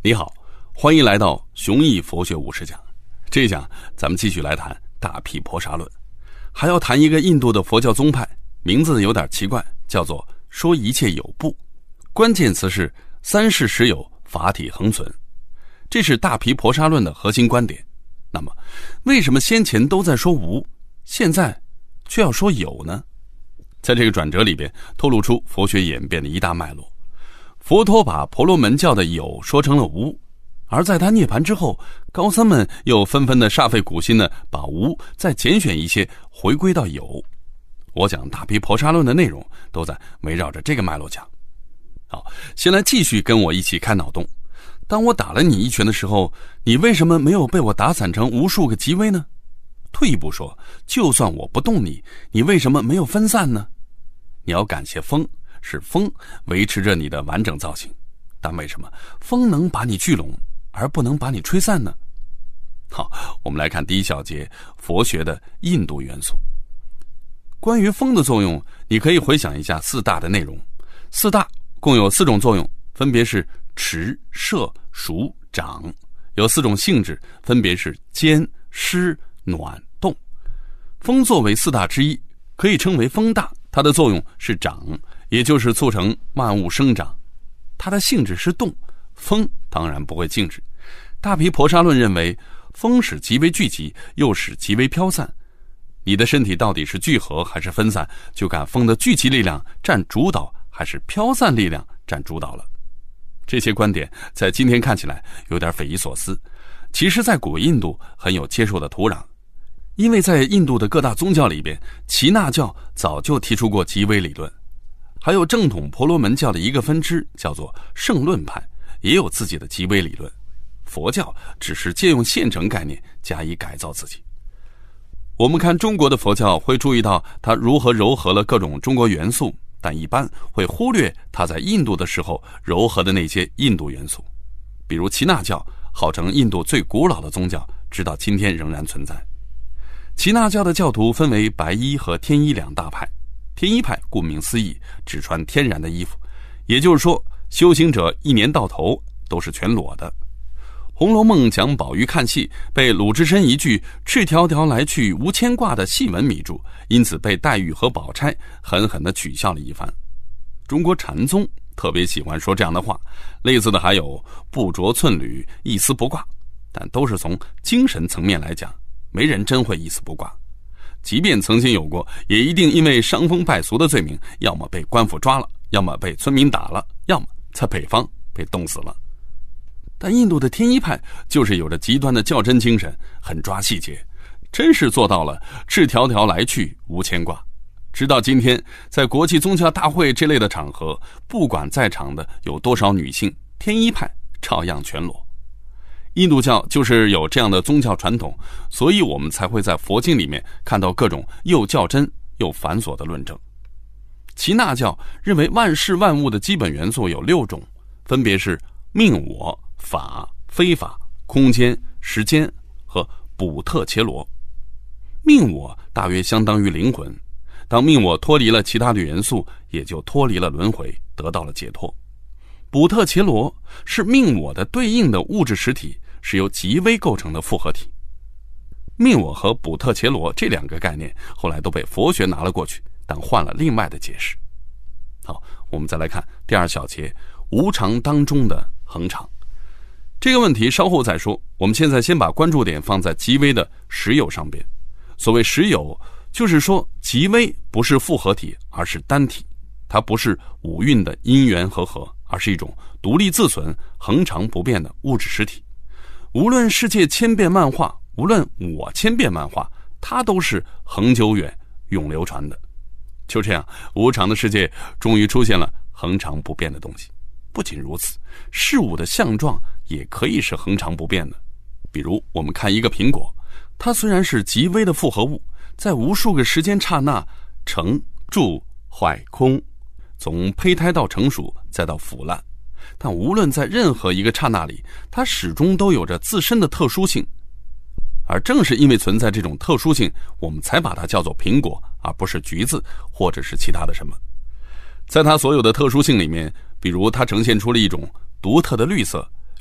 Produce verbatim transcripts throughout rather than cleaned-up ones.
你好，欢迎来到雄毅佛学五十讲。这一讲咱们继续来谈大毗婆沙论，还要谈一个印度的佛教宗派，名字有点奇怪，叫做说一切有部，关键词是三世实有，法体恒存。这是大毗婆沙论的核心观点。那么为什么先前都在说无，现在却要说有呢？在这个转折里边透露出佛学演变的一大脉络。佛陀把婆罗门教的有说成了无，而在他涅槃之后，高僧们又纷纷的煞费苦心的把无再拣选一些回归到有。我讲大毗婆沙论的内容都在围绕着这个脉络讲。好，先来继续跟我一起开脑洞。当我打了你一拳的时候，你为什么没有被我打散成无数个极微呢？退一步说，就算我不动你，你为什么没有分散呢？你要感谢风，是风维持着你的完整造型，但为什么风能把你聚拢，而不能把你吹散呢？好，我们来看第一小节佛学的印度元素。关于风的作用，你可以回想一下四大的内容。四大共有四种作用，分别是持、摄、熟、长，有四种性质，分别是坚、湿、暖、动。风作为四大之一，可以称为风大，它的作用是长，也就是促成万物生长。它的性质是动，风当然不会静止。大毗婆沙论认为，风使极为聚集，又使极为飘散。你的身体到底是聚合还是分散，就看风的聚集力量占主导，还是飘散力量占主导了。这些观点在今天看起来有点匪夷所思，其实在古印度很有接受的土壤。因为在印度的各大宗教里边，耆那教早就提出过极微理论，还有正统婆罗门教的一个分支叫做圣论派，也有自己的极微理论。佛教只是借用现成概念加以改造自己。我们看中国的佛教，会注意到它如何糅合了各种中国元素，但一般会忽略它在印度的时候糅合的那些印度元素。比如耆那教号称印度最古老的宗教，直到今天仍然存在。耆那教的教徒分为白衣和天衣两大派。天衣派顾名思义，只穿天然的衣服，也就是说修行者一年到头都是全裸的。红楼梦讲宝玉看戏，被鲁智深一句赤条条来去无牵挂的戏文迷住，因此被黛玉和宝钗狠狠地取笑了一番。中国禅宗特别喜欢说这样的话，类似的还有不着寸缕一丝不挂，但都是从精神层面来讲，没人真会一丝不挂。即便曾经有过，也一定因为伤风败俗的罪名，要么被官府抓了，要么被村民打了，要么在北方被冻死了。但印度的天衣派就是有着极端的较真精神，很抓细节，真是做到了赤条条来去无牵挂。直到今天，在国际宗教大会这类的场合，不管在场的有多少女性，天衣派照样全裸。印度教就是有这样的宗教传统，所以我们才会在佛经里面看到各种又较真又繁琐的论证。耆那教认为万事万物的基本元素有六种，分别是命我、法、非法、空间、时间和补特伽罗。命我大约相当于灵魂，当命我脱离了其他的元素，也就脱离了轮回，得到了解脱。补特伽罗是命我的对应的物质实体，是由极微构成的复合体。命我和补特伽罗这两个概念后来都被佛学拿了过去，但换了另外的解释。好，我们再来看第二小节无常当中的恒常。这个问题稍后再说，我们现在先把关注点放在极微的实有上边。所谓实有，就是说极微不是复合体，而是单体，它不是五蕴的因缘和合，而是一种独立自存、恒常不变的物质实体。无论世界千变万化，无论我千变万化，它都是恒久远、永流传的。就这样，无常的世界终于出现了恒常不变的东西。不仅如此，事物的相状也可以是恒常不变的。比如我们看一个苹果，它虽然是极微的复合物，在无数个时间刹那成、住、坏、空，从胚胎到成熟再到腐烂，但无论在任何一个刹那里，它始终都有着自身的特殊性。而正是因为存在这种特殊性，我们才把它叫做苹果，而不是橘子或者是其他的什么。在它所有的特殊性里面，比如它呈现出了一种独特的绿色，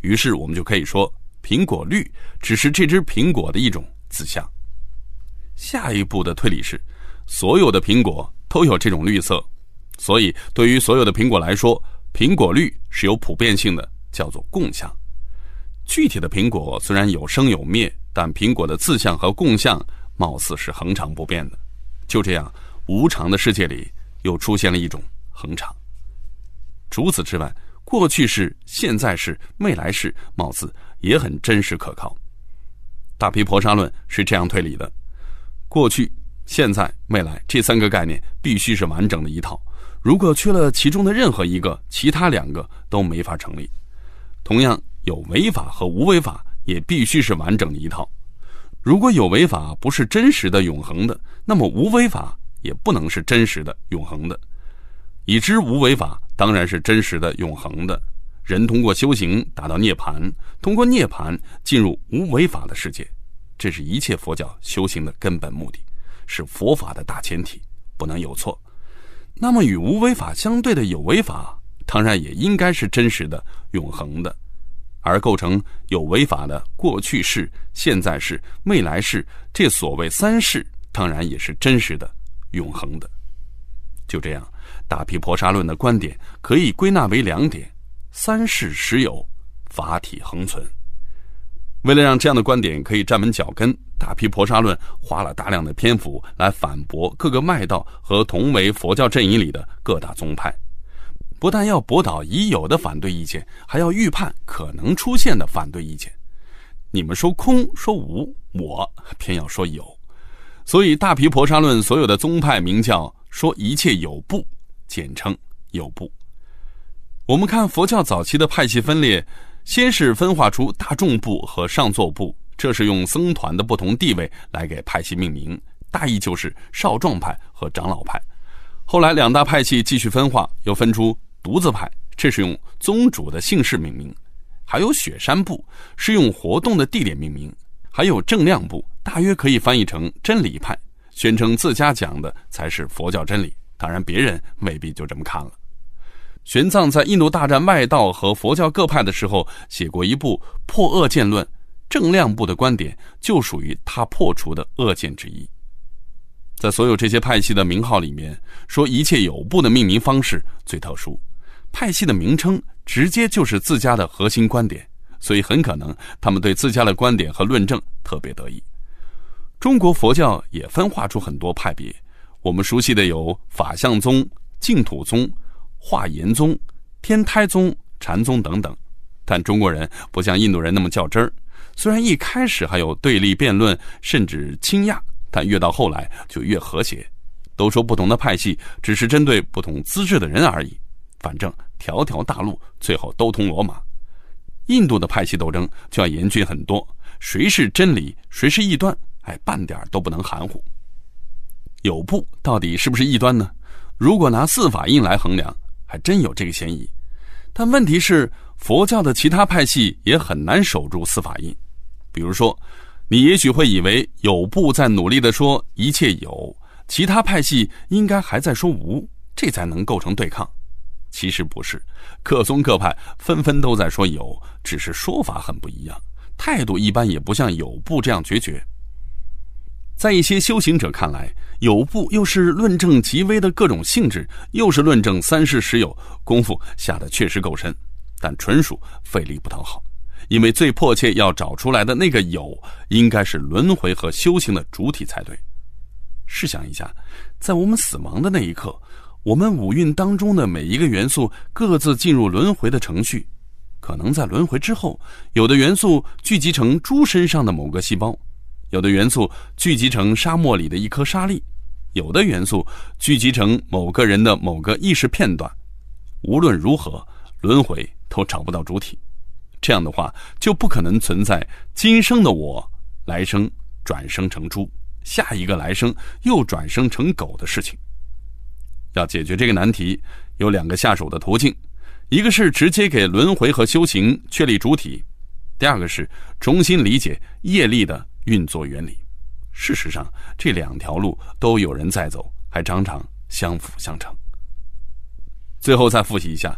于是我们就可以说，苹果绿只是这只苹果的一种自相。下一步的推理是，所有的苹果都有这种绿色，所以对于所有的苹果来说，苹果绿是有普遍性的，叫做共相。具体的苹果虽然有生有灭，但苹果的自相和共相貌似是恒常不变的。就这样，无常的世界里又出现了一种恒常。除此之外，过去式、现在式、未来式貌似也很真实可靠。大毗婆沙论是这样推理的：过去、现在、未来这三个概念必须是完整的一套，如果缺了其中的任何一个，其他两个都没法成立。同样，有为法和无为法也必须是完整的一套，如果有为法不是真实的永恒的，那么无为法也不能是真实的永恒的。已知无为法当然是真实的永恒的，人通过修行达到涅槃，通过涅槃进入无为法的世界，这是一切佛教修行的根本目的，是佛法的大前提，不能有错。那么与无为法相对的有为法当然也应该是真实的永恒的，而构成有为法的过去式、现在式、未来式，这所谓三世当然也是真实的永恒的。就这样，大毗婆沙论的观点可以归纳为两点：三世实有，法体恒存。为了让这样的观点可以站稳脚跟，大毗婆沙论花了大量的篇幅来反驳各个外道和同为佛教阵营里的各大宗派。不但要驳倒已有的反对意见，还要预判可能出现的反对意见。你们说空说无，我偏要说有。所以大毗婆沙论所有的宗派名叫说一切有部，简称有部。我们看佛教早期的派系分裂，先是分化出大众部和上座部，这是用僧团的不同地位来给派系命名，大意就是少壮派和长老派。后来两大派系继续分化，又分出独自派，这是用宗主的姓氏命名；还有雪山部，是用活动的地点命名；还有正量部，大约可以翻译成真理派，宣称自家讲的才是佛教真理，当然别人未必就这么看了。玄奘在印度大战外道和佛教各派的时候写过一部《破恶见论》，正量部的观点就属于他破除的恶见之一。在所有这些派系的名号里面，说一切有部的命名方式最特殊，派系的名称直接就是自家的核心观点，所以很可能他们对自家的观点和论证特别得意。中国佛教也分化出很多派别，我们熟悉的有法相宗、净土宗、华严宗、天台宗、禅宗等等。但中国人不像印度人那么较真儿，虽然一开始还有对立辩论，甚至倾轧，但越到后来就越和谐。都说不同的派系只是针对不同资质的人而已，反正条条大路最后都通罗马。印度的派系斗争就要严峻很多，谁是真理，谁是异端，哎，半点都不能含糊。有部到底是不是异端呢？如果拿四法印来衡量，还真有这个嫌疑。但问题是，佛教的其他派系也很难守住四法印。比如说，你也许会以为有部在努力地说一切有，其他派系应该还在说无，这才能构成对抗。其实不是，各宗各派纷纷都在说有，只是说法很不一样，态度一般也不像有部这样决绝。在一些修行者看来，有部又是论证极微的各种性质，又是论证三世实有，功夫下得确实够深，但纯属费力不讨好。因为最迫切要找出来的那个有，应该是轮回和修行的主体才对。试想一下，在我们死亡的那一刻，我们五蕴当中的每一个元素各自进入轮回的程序，可能在轮回之后，有的元素聚集成猪身上的某个细胞，有的元素聚集成沙漠里的一颗沙粒，有的元素聚集成某个人的某个意识片段。无论如何，轮回都找不到主体。这样的话，就不可能存在今生的我来生转生成猪，下一个来生又转生成狗的事情。要解决这个难题，有两个下手的途径，一个是直接给轮回和修行确立主体，第二个是重新理解业力的运作原理。事实上，这两条路都有人在走，还常常相辅相成。最后再复习一下，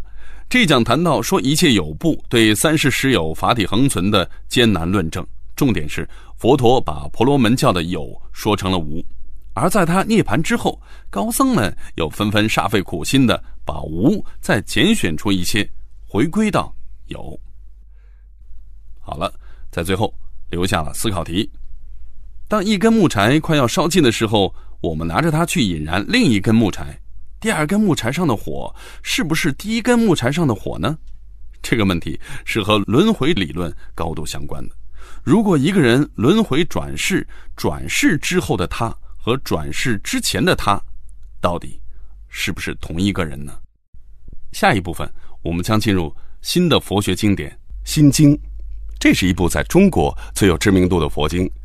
这一讲谈到说一切有部对三世实有法体恒存的艰难论证，重点是佛陀把婆罗门教的有说成了无，而在他涅槃之后，高僧们又纷纷煞费苦心的把无再拣选出一些，回归到有。好了，在最后留下了思考题：当一根木柴快要烧尽的时候，我们拿着它去引燃另一根木柴，第二根木柴上的火是不是第一根木柴上的火呢？这个问题是和轮回理论高度相关的。如果一个人轮回转世，转世之后的他和转世之前的他，到底是不是同一个人呢？下一部分我们将进入新的佛学经典《心经》，这是一部在中国最有知名度的佛经，